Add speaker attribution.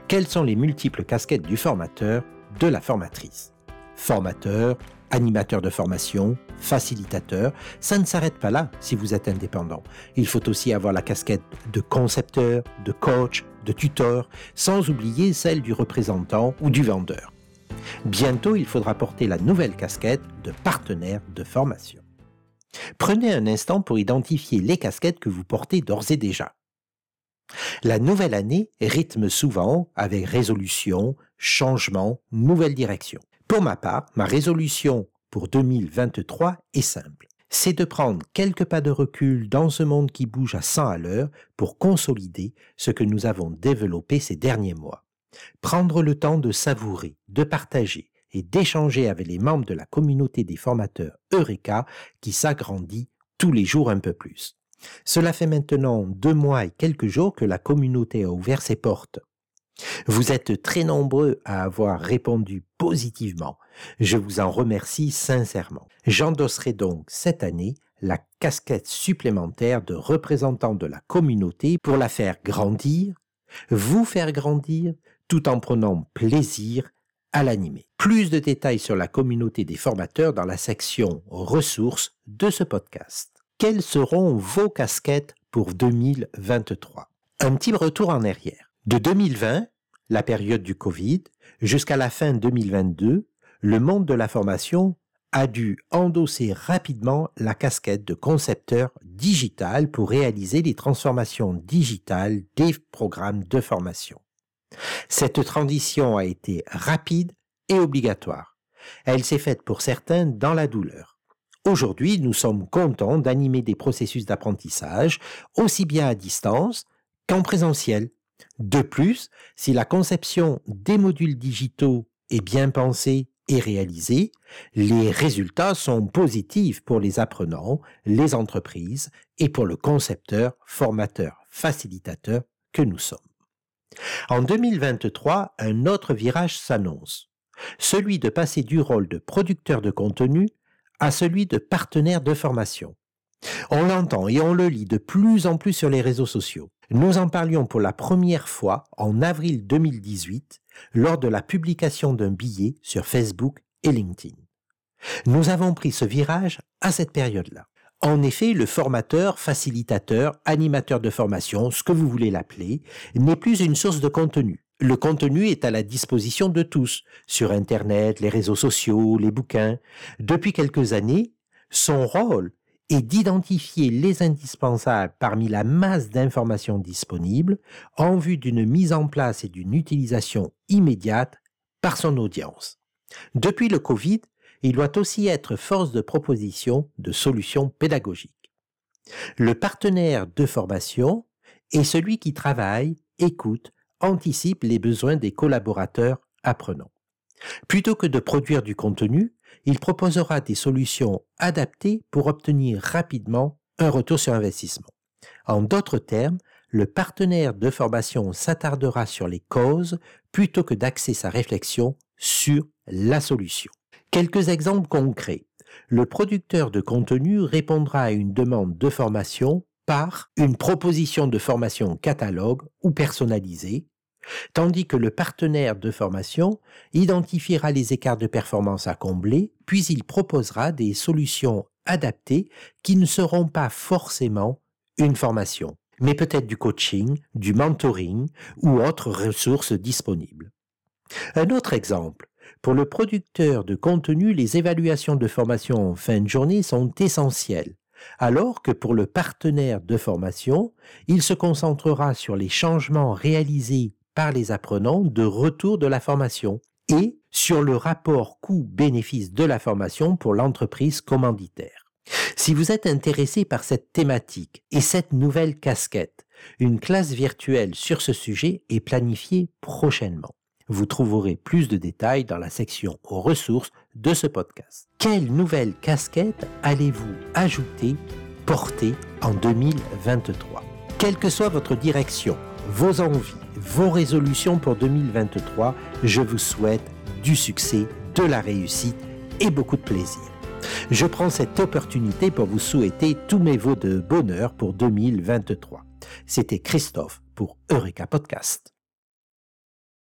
Speaker 1: Quelles sont les multiples casquettes du formateur, de la formatrice? Formateur, animateur de formation, facilitateur, ça ne s'arrête pas là si vous êtes indépendant. Il faut aussi avoir la casquette de concepteur, de coach, de tuteur, sans oublier celle du représentant ou du vendeur. Bientôt, il faudra porter la nouvelle casquette de partenaire de formation. Prenez un instant pour identifier les casquettes que vous portez d'ores et déjà. La nouvelle année rythme souvent avec résolution, changement, nouvelle direction. Pour ma part, ma résolution pour 2023 est simple. C'est de prendre quelques pas de recul dans ce monde qui bouge à 100 à l'heure pour consolider ce que nous avons développé ces derniers mois. Prendre le temps de savourer, de partager et d'échanger avec les membres de la communauté des formateurs Eureka qui s'agrandit tous les jours un peu plus. Cela fait maintenant 2 mois et quelques jours que la communauté a ouvert ses portes. Vous êtes très nombreux à avoir répondu positivement. Je vous en remercie sincèrement. J'endosserai donc cette année la casquette supplémentaire de représentant de la communauté pour la faire grandir, vous faire grandir, tout en prenant plaisir à l'animer. Plus de détails sur la communauté des formateurs dans la section ressources de ce podcast. Quelles seront vos casquettes pour 2023? Un petit retour en arrière. De 2020, la période du Covid, jusqu'à la fin 2022, le monde de la formation a dû endosser rapidement la casquette de concepteur digital pour réaliser les transformations digitales des programmes de formation. Cette transition a été rapide et obligatoire. Elle s'est faite pour certains dans la douleur. Aujourd'hui, nous sommes contents d'animer des processus d'apprentissage aussi bien à distance qu'en présentiel. De plus, si la conception des modules digitaux est bien pensée et réalisée, les résultats sont positifs pour les apprenants, les entreprises et pour le concepteur, formateur, facilitateur que nous sommes. En 2023, un autre virage s'annonce, celui de passer du rôle de producteur de contenu à celui de partenaire de formation. On l'entend et on le lit de plus en plus sur les réseaux sociaux. Nous en parlions pour la première fois en avril 2018 lors de la publication d'un billet sur Facebook et LinkedIn. Nous avons pris ce virage à cette période-là. En effet, le formateur, facilitateur, animateur de formation, ce que vous voulez l'appeler, n'est plus une source de contenu. Le contenu est à la disposition de tous, sur Internet, les réseaux sociaux, les bouquins. Depuis quelques années, son rôle est d'identifier les indispensables parmi la masse d'informations disponibles en vue d'une mise en place et d'une utilisation immédiate par son audience. Depuis le Covid, il doit aussi être force de proposition de solutions pédagogiques. Le partenaire de formation est celui qui travaille, écoute, anticipe les besoins des collaborateurs apprenants. Plutôt que de produire du contenu, il proposera des solutions adaptées pour obtenir rapidement un retour sur investissement. En d'autres termes, le partenaire de formation s'attardera sur les causes plutôt que d'axer sa réflexion sur la solution. Quelques exemples concrets. Le producteur de contenu répondra à une demande de formation par une proposition de formation catalogue ou personnalisée, tandis que le partenaire de formation identifiera les écarts de performance à combler, puis il proposera des solutions adaptées qui ne seront pas forcément une formation, mais peut-être du coaching, du mentoring ou autres ressources disponibles. Un autre exemple. Pour le producteur de contenu, les évaluations de formation en fin de journée sont essentielles, alors que pour le partenaire de formation, il se concentrera sur les changements réalisés par les apprenants de retour de la formation et sur le rapport coût-bénéfice de la formation pour l'entreprise commanditaire. Si vous êtes intéressé par cette thématique et cette nouvelle casquette, une classe virtuelle sur ce sujet est planifiée prochainement. Vous trouverez plus de détails dans la section ressources de ce podcast. Quelle nouvelle casquette allez-vous ajouter, porter en 2023? Quelle que soit votre direction, vos envies, vos résolutions pour 2023, je vous souhaite du succès, de la réussite et beaucoup de plaisir. Je prends cette opportunité pour vous souhaiter tous mes vœux de bonheur pour 2023. C'était Christophe pour Eureka Podcast.